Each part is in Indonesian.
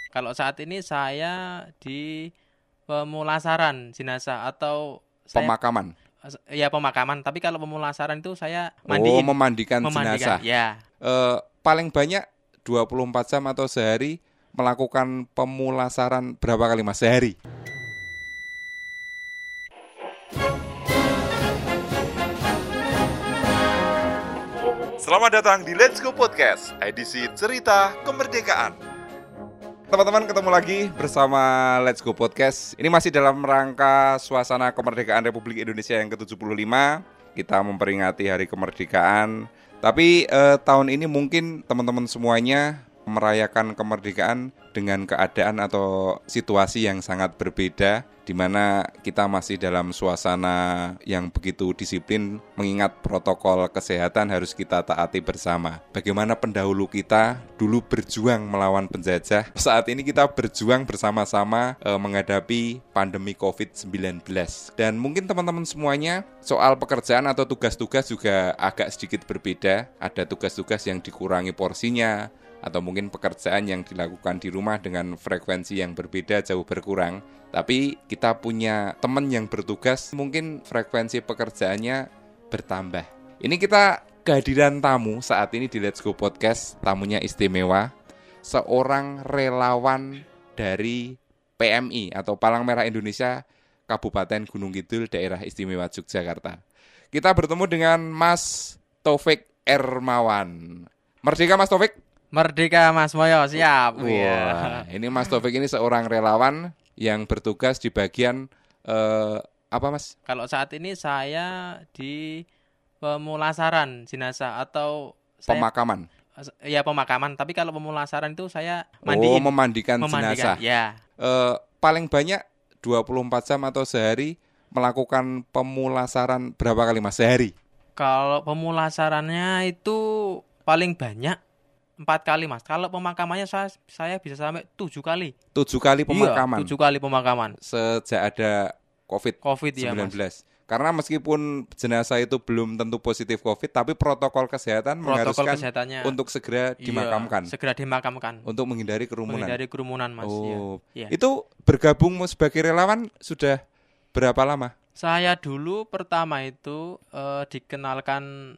Kalau saat ini saya di pemulasaran jenazah atau saya Pemakaman. ya pemakaman, tapi kalau pemulasaran itu saya Oh, mandiin, memandikan memandikan. jenazah. Ya, Paling banyak 24 jam atau sehari melakukan pemulasaran berapa kali Mas sehari? Selamat datang di Let's Go Podcast, edisi cerita kemerdekaan. Teman-teman, ketemu lagi bersama Let's Go Podcast. Ini masih dalam rangka suasana kemerdekaan Republik Indonesia yang ke-75. Kita memperingati Hari Kemerdekaan. Tapi tahun ini mungkin teman-teman semuanya merayakan kemerdekaan dengan keadaan atau situasi yang sangat berbeda, di mana kita masih dalam suasana yang begitu disiplin, mengingat protokol kesehatan harus kita taati bersama. Bagaimana pendahulu kita dulu berjuang melawan penjajah, saat ini kita berjuang bersama-sama menghadapi pandemi COVID-19. Dan mungkin teman-teman semuanya soal pekerjaan atau tugas-tugas juga agak sedikit berbeda. Ada tugas-tugas yang dikurangi porsinya, atau mungkin pekerjaan yang dilakukan di rumah dengan frekuensi yang berbeda jauh berkurang. Tapi kita punya teman yang bertugas, mungkin frekuensi pekerjaannya bertambah. Ini kita kehadiran tamu saat ini di Let's Go Podcast. Tamunya istimewa, seorang relawan dari PMI atau Palang Merah Indonesia Kabupaten Gunung Kidul, Daerah Istimewa Yogyakarta. Kita bertemu dengan Mas Taufik Ermawan. Merdeka Mas Taufik. merdeka Mas Moyo, siap. Wah, ini Mas Taufik ini seorang relawan yang bertugas di bagian apa Mas? Kalau saat ini saya di pemulasaran jenazah atau Pemakaman. ya pemakaman, tapi kalau pemulasaran itu saya Oh, mandiin, memandikan jenazah. ya. Paling banyak 24 jam atau sehari melakukan pemulasaran berapa kali Mas sehari? Kalau pemulasarannya itu paling banyak 4 kali Mas. Kalau pemakamannya saya bisa sampai 7 kali. 7 kali pemakaman. Iya, 7 kali pemakaman. Sejak ada COVID ya COVID-19. Mas. Karena meskipun jenazah itu belum tentu positif COVID, tapi protokol kesehatan mengharuskan kesehatannya untuk segera dimakamkan. Iya, segera dimakamkan. Untuk menghindari kerumunan. Menghindari kerumunan Mas. Oh, ya. Itu bergabung sebagai relawan sudah berapa lama? Saya dulu pertama itu dikenalkan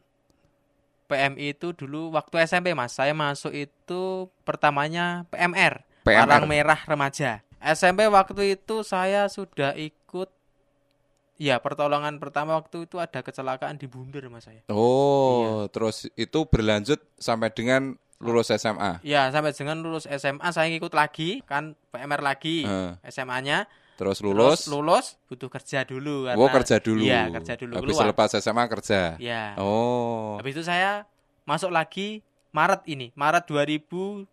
PMI itu dulu waktu SMP Mas. Saya masuk itu pertamanya PMR. Palang Merah Remaja. SMP waktu itu saya sudah ikut, ya pertolongan pertama waktu itu ada kecelakaan di Bunder Mas saya. Oh, iya. Terus itu berlanjut sampai dengan lulus SMA? Ya, sampai dengan lulus SMA saya ikut lagi, kan PMR lagi SMA-nya. Terus lulus butuh kerja dulu karena kerja dulu. Iya, kerja dulu. Habis keluar. lepas SMA kerja. Iya. Oh. Habis itu saya masuk lagi Maret 2020.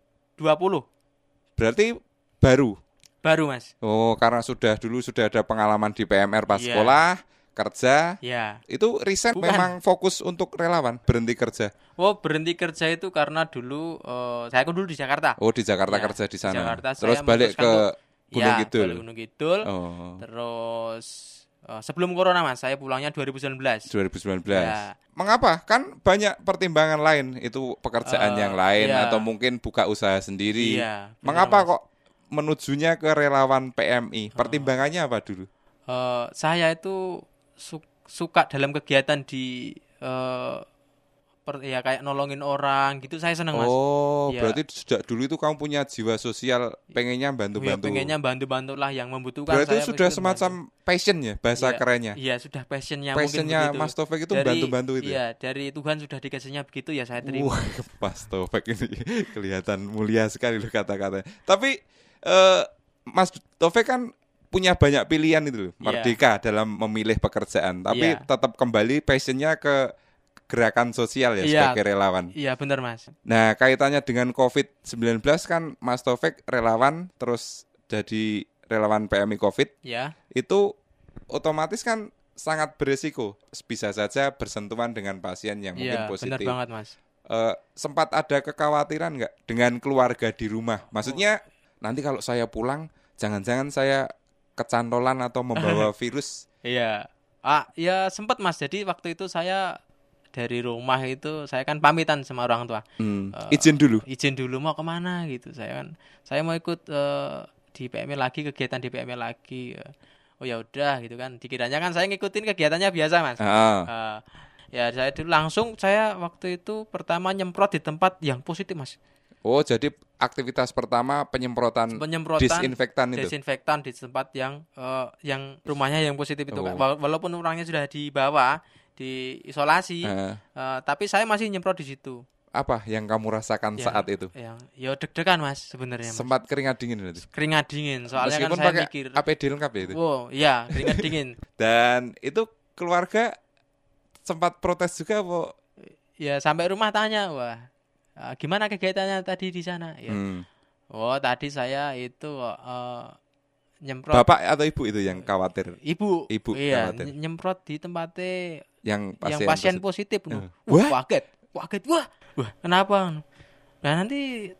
Berarti baru Mas. Oh, karena dulu sudah ada pengalaman di PMR pas sekolah, kerja. Iya. Itu riset memang fokus untuk relawan, berhenti kerja. Oh, berhenti kerja itu karena dulu saya dulu di Jakarta. Oh, di Jakarta ya, kerja di sana. Di Jakarta, terus balik ke Gunung Kidul. Balik Gunung Kidul. Oh. Terus sebelum corona Mas, saya pulangnya 2019. Ya. Mengapa? Kan banyak pertimbangan lain, itu pekerjaan yang lain atau mungkin buka usaha sendiri. Iya, mengapa kok menujunya ke relawan PMI? Pertimbangannya apa dulu? Saya itu suka dalam kegiatan di ya kayak nolongin orang gitu, saya senang Mas. Oh, ya. Berarti sejak dulu itu kamu punya jiwa sosial, pengennya bantu-bantu. Ya, pengennya bantu-bantu lah yang membutuhkan. Berarti sudah semacam passion ya, bahasa kerennya. Iya, sudah passionnya Mas Taufik itu bantu-bantu itu. Iya, dari Tuhan sudah dikasihnya begitu ya saya terima. Mas Taufik ini kelihatan mulia sekali loh kata-katanya. Tapi Mas Taufik kan punya banyak pilihan itu loh, merdeka dalam memilih pekerjaan, tapi tetap kembali passionnya ke gerakan sosial ya sebagai relawan. Iya, benar Mas. Nah, kaitannya dengan COVID-19 kan Mas Taufik relawan terus jadi relawan PMI COVID. Iya. Itu otomatis kan sangat beresiko. Bisa saja bersentuhan dengan pasien yang mungkin positif. Iya, benar banget Mas. Sempat ada kekhawatiran nggak dengan keluarga di rumah? Maksudnya nanti kalau saya pulang jangan-jangan saya kecantolan atau membawa virus. Iya. Ya sempat Mas. Jadi waktu itu saya dari rumah itu saya kan pamitan sama orang tua. Izin dulu mau kemana gitu. Saya mau ikut di PMI lagi, kegiatan di PMI lagi. Oh ya udah gitu kan. Dikiranya kan saya ngikutin kegiatannya biasa Mas. Ya saya dulu langsung saya waktu itu pertama nyemprot di tempat yang positif Mas. Oh, jadi aktivitas pertama penyemprotan disinfektan itu. Desinfektan di tempat yang rumahnya yang positif itu. Walaupun orangnya sudah dibawa di isolasi, tapi saya masih nyemprot di situ. Apa yang kamu rasakan saat itu? Ya deg-degan Mas sebenarnya. Sempat keringat dingin itu. Keringat dingin, soalnya meskipun kan saya mikir. APD lengkap ya itu. Oh iya, keringat dingin. Dan itu keluarga sempat protes juga, Bu? Ya sampai rumah tanya, wah gimana kegiatannya tadi di sana? Ya. Oh tadi saya itu nyemprot. Bapak atau ibu itu yang khawatir? Ibu iya, khawatir. Nyemprot di tempatnya yang pasien positif. Wah kaget, wah kenapa? Nah nanti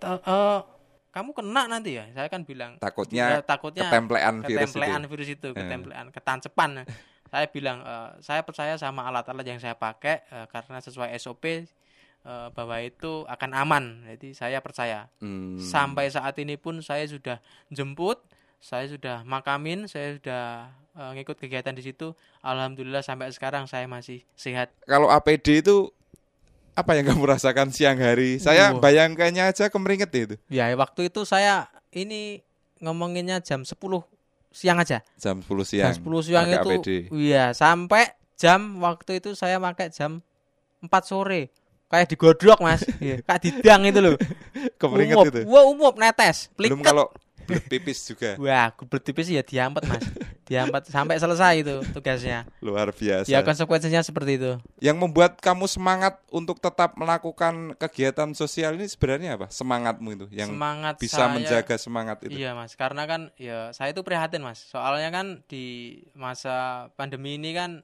kamu kena nanti ya. Saya kan bilang takutnya ketemplean virus itu. Ketancepan. Saya bilang saya percaya sama alat-alat yang saya pakai karena sesuai SOP bahwa itu akan aman. Jadi saya percaya. Sampai saat ini pun saya sudah jemput, saya sudah makamin, saya sudah ngikut kegiatan di situ. Alhamdulillah sampai sekarang saya masih sehat. Kalau APD itu apa yang kamu rasakan siang hari? Saya bayangkannya aja kemeringet itu. Ya, waktu itu saya ini ngomonginnya jam 10 siang aja. Jam 10 siang. Jam 10 siang itu. APD. Iya, sampai jam waktu itu saya pakai jam 4 sore. Kayak digodrok Mas. Kayak didang itu loh. Kemeringet itu. Wah, umup netes. Pliket. Belum kalau belut pipis juga. Wah, belut pipis ya diampet Mas. Diampet sampai selesai itu tugasnya. Luar biasa. Ya konsekuensinya seperti itu. Yang membuat kamu semangat untuk tetap melakukan kegiatan sosial ini sebenarnya apa? Semangatmu itu yang semangat bisa menjaga semangat itu. Iya Mas, karena kan ya saya itu prihatin Mas. Soalnya kan di masa pandemi ini kan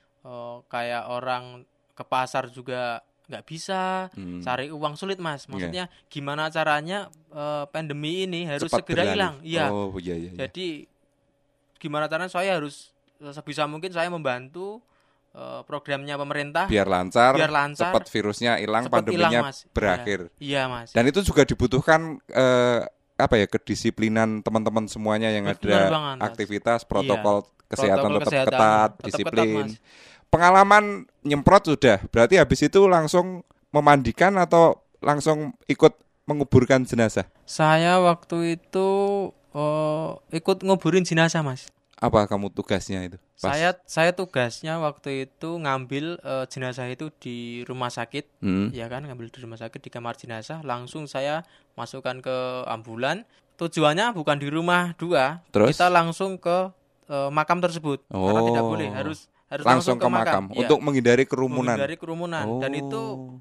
kayak orang ke pasar juga nggak bisa, cari uang sulit Mas. Maksudnya gimana caranya pandemi ini harus cepat segera hilang. Iya. Iya. Jadi gimana caranya saya harus sebisa mungkin saya membantu programnya pemerintah biar lancar, cepat virusnya hilang, pandeminya berakhir. Iya Mas. Dan itu juga dibutuhkan kedisiplinan teman-teman semuanya yang ada banget, aktivitas protokol kesehatan tetap ketat, disiplin. Pengalaman nyemprot sudah, berarti habis itu langsung memandikan atau langsung ikut menguburkan jenazah? Saya waktu itu ikut nguburin jenazah Mas. Apa kamu tugasnya itu? Saya tugasnya waktu itu ngambil jenazah itu di rumah sakit, ya kan, ngambil di rumah sakit di kamar jenazah, langsung saya masukkan ke ambulan. Tujuannya bukan di rumah dua, kita langsung ke makam tersebut, karena tidak boleh harus langsung ke makam untuk menghindari kerumunan. Dan itu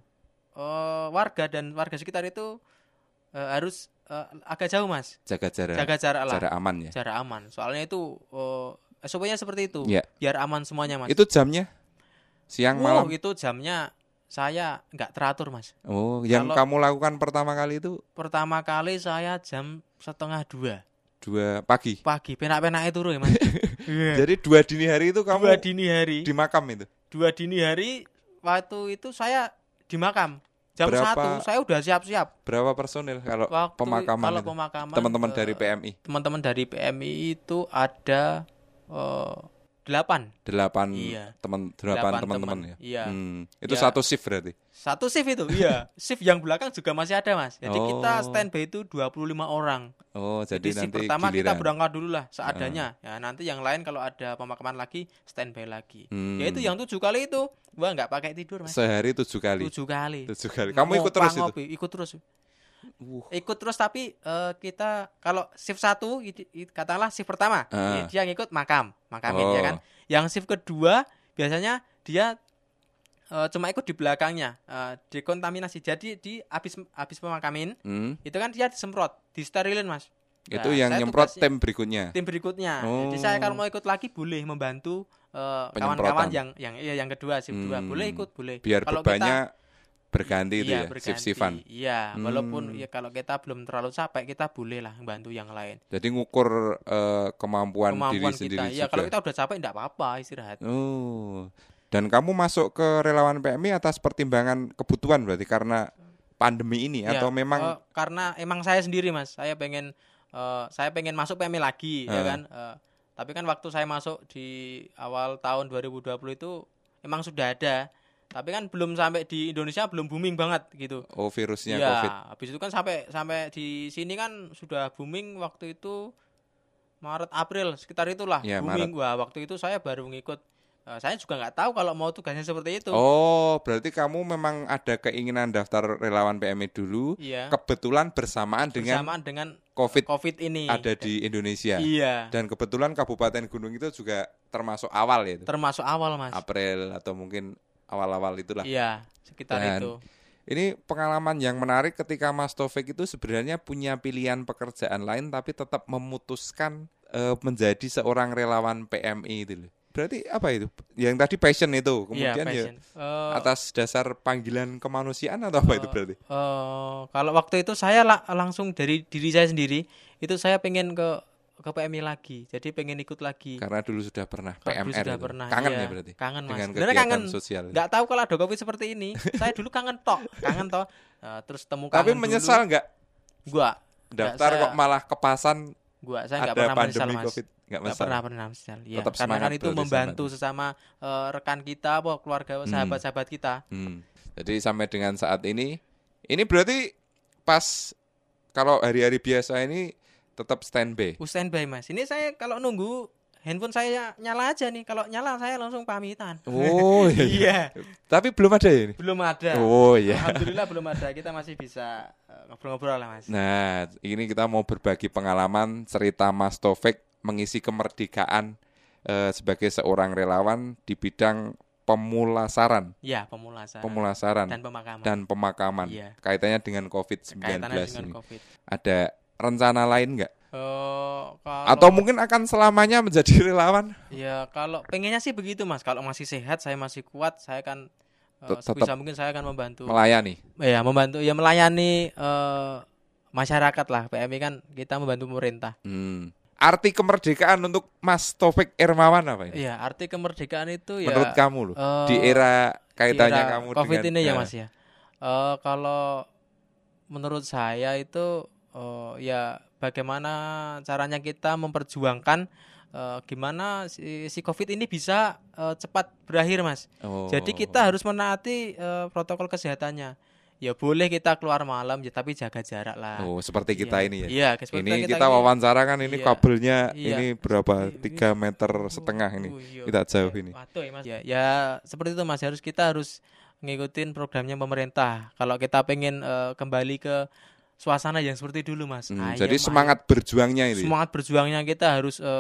warga sekitar itu harus agak jauh Mas. Jaga jarak aman ya. Jarak aman. Soalnya itu SOP-nya seperti itu. Biar aman semuanya Mas. Itu jamnya siang malam. Itu jamnya saya nggak teratur Mas. Yang kamu lakukan pertama kali itu? Pertama kali saya jam 1:30. 2 pagi. Penak-penake turu ya Mas. Jadi 2 dini hari itu kamu 2 dini hari di makam itu. 2 dini hari waktu itu saya di makam. Jam 1 saya udah siap-siap. Berapa personil kalau pemakaman? Teman-teman dari PMI. Teman-teman dari PMI itu ada 8. Iya. Teman-teman ya. Iya. Itu satu shift berarti. Satu shift itu, iya. Shift yang belakang juga masih ada Mas. Jadi kita standby itu 25 orang. Jadi shift nanti pertama giliran. Kita berangkat dulu lah seadanya. Ya nanti yang lain kalau ada pemakaman lagi standby lagi. Ya itu yang 7 kali itu. Wah, enggak pakai tidur Mas. Sehari 7 kali. 7 kali. Kamu ikut terus itu? Ikut terus. Ikut terus tapi kita kalau shift 1 katakanlah shift pertama dia ngikut makamin ya kan. Yang shift kedua biasanya dia cuma ikut di belakangnya, dekontaminasi. Jadi di habis pemakamin itu kan dia disemprot, disterilin Mas. Itu yang nyemprot tim berikutnya. Jadi saya kalau mau ikut lagi boleh membantu kawan-kawan yang kedua shift 2 boleh ikut, boleh. Biar kalau bebannya berganti itu ya, shift-shiftan. Iya, walaupun ya kalau kita belum terlalu capek, kita boleh lah membantu yang lain. Jadi ngukur kemampuan diri kita. Sendiri juga. Iya, kalau kita udah capek enggak apa-apa, istirahat. Dan kamu masuk ke relawan PMI atas pertimbangan kebutuhan berarti karena pandemi ini atau memang karena emang saya sendiri Mas, saya pengen masuk PMI lagi ya kan. Tapi kan waktu saya masuk di awal tahun 2020 itu emang sudah ada. Tapi kan belum sampai di Indonesia belum booming banget gitu. Oh, virusnya ya, COVID. Habis itu kan sampai di sini kan sudah booming waktu itu Maret April sekitar itulah booming. Maret. Wah, waktu itu saya baru ngikut. Saya juga nggak tahu kalau mau tugasnya seperti itu. Oh, berarti kamu memang ada keinginan daftar relawan PMI dulu. Iya. Kebetulan bersamaan dengan COVID ini ada di Indonesia. Iya. Dan kebetulan Kabupaten Gunung itu juga termasuk awal ya. Termasuk awal Mas. April atau mungkin awal-awal itulah. Iya, sekitar itu. Ini pengalaman yang menarik ketika Mas Taufik itu sebenarnya punya pilihan pekerjaan lain tapi tetap memutuskan menjadi seorang relawan PMI itu. Berarti apa itu? Yang tadi passion itu, kemudian passion. Atas dasar panggilan kemanusiaan atau apa itu berarti? Kalau waktu itu saya langsung dari diri saya sendiri, itu saya pengen ke PMI lagi, jadi pengen ikut lagi. Karena dulu sudah pernah PMR, sudah pernah, kangen ya berarti. Kangen Mas. Dengan kegiatan kangen, sosial. Nggak tahu kalau ada COVID seperti ini. Saya dulu kangen toh. Terus temu kangen. Tapi menyesal nggak? Gua daftar kok malah kepasan. Saya nggak pernah menyesal Mas. COVID. Nggak pernah menyesal. Ya, karena kan itu membantu sesama rekan kita, keluarga, sahabat-sahabat kita. Jadi sampai dengan saat ini berarti pas kalau hari-hari biasa ini tetap standby. Standby Mas. Ini saya kalau nunggu handphone saya nyala aja nih. Kalau nyala saya langsung pamitan. Oh iya. Tapi belum ada ya ini? Belum ada. Oh iya. Alhamdulillah belum ada. Kita masih bisa ngobrol-ngobrol lah Mas. Nah, ini kita mau berbagi pengalaman cerita Mas Taufik mengisi kemerdekaan sebagai seorang relawan di bidang pemulasaran. Iya, pemulasaran dan pemakaman. Iya. Kaitannya dengan COVID-19 ini. COVID. Ada rencana lain nggak? Atau mungkin akan selamanya menjadi relawan? Ya, kalau pengennya sih begitu Mas. Kalau masih sehat, saya masih kuat, saya akan sebisa mungkin saya akan membantu. Melayani? Ya, melayani masyarakat lah. PMI kan kita membantu pemerintah. Arti kemerdekaan untuk Mas Taufik Ermawan apa ini? Iya, arti kemerdekaan itu menurut kamu loh, di era kaitannya kamu COVID dengan ini ya Mas ya. Kalau menurut saya itu ya bagaimana caranya kita memperjuangkan gimana si COVID ini bisa cepat berakhir Mas. Jadi kita harus menaati protokol kesehatannya. Ya boleh kita keluar malam ya, tapi jaga jarak lah. Oh, seperti kita ini ya. Iya, ini kita wawancara kan ini kabelnya ini berapa? 3,5 meter ini. Kita jauh ini. Ya seperti itu Mas, kita harus ngikutin programnya pemerintah. Kalau kita pengen kembali ke suasana yang seperti dulu Mas. Jadi semangat berjuangnya ini. Semangat berjuangnya kita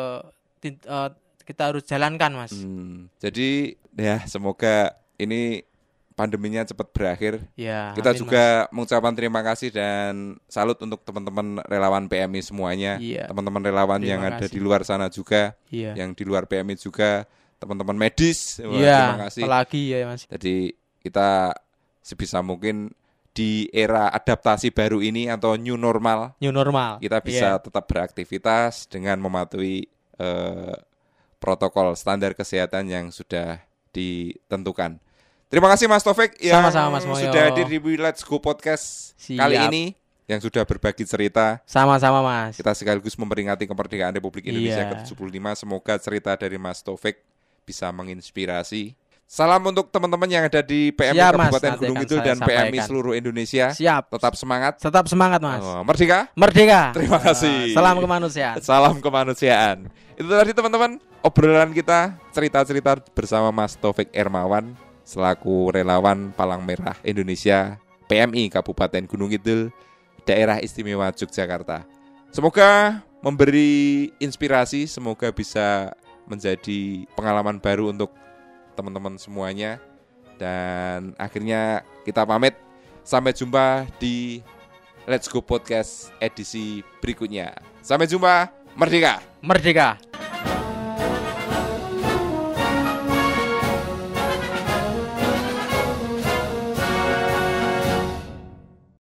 harus jalankan Mas. Jadi ya semoga ini pandeminya cepat berakhir. Ya, kita juga mengucapkan terima kasih dan salut untuk teman-teman relawan PMI semuanya. Teman-teman relawan yang ada di luar sana juga, yang di luar PMI juga, teman-teman medis. Terima kasih. Apalagi ya Mas. Jadi kita sebisa mungkin di era adaptasi baru ini atau new normal, kita bisa tetap beraktivitas dengan mematuhi protokol standar kesehatan yang sudah ditentukan. Terima kasih Mas Taufik yang Mas sudah hadir di Let's Go Podcast kali ini, yang sudah berbagi cerita. Sama-sama Mas. Kita sekaligus memperingati kemerdekaan Republik Indonesia ke-75. Semoga cerita dari Mas Taufik bisa menginspirasi. Salam untuk teman-teman yang ada di PMI Kabupaten Gunung Kidul dan PMI seluruh Indonesia. Siap. Tetap semangat. Tetap semangat Mas. Merdeka. Terima kasih. Salam kemanusiaan. Salam kemanusiaan. Itu tadi teman-teman obrolan kita, cerita-cerita bersama Mas Taufik Ermawan selaku relawan Palang Merah Indonesia PMI Kabupaten Gunung Kidul, Daerah Istimewa Yogyakarta. Semoga memberi inspirasi, semoga bisa menjadi pengalaman baru untuk teman-teman semuanya. Dan akhirnya kita pamit, sampai jumpa di Let's Go Podcast edisi berikutnya. Sampai jumpa, merdeka.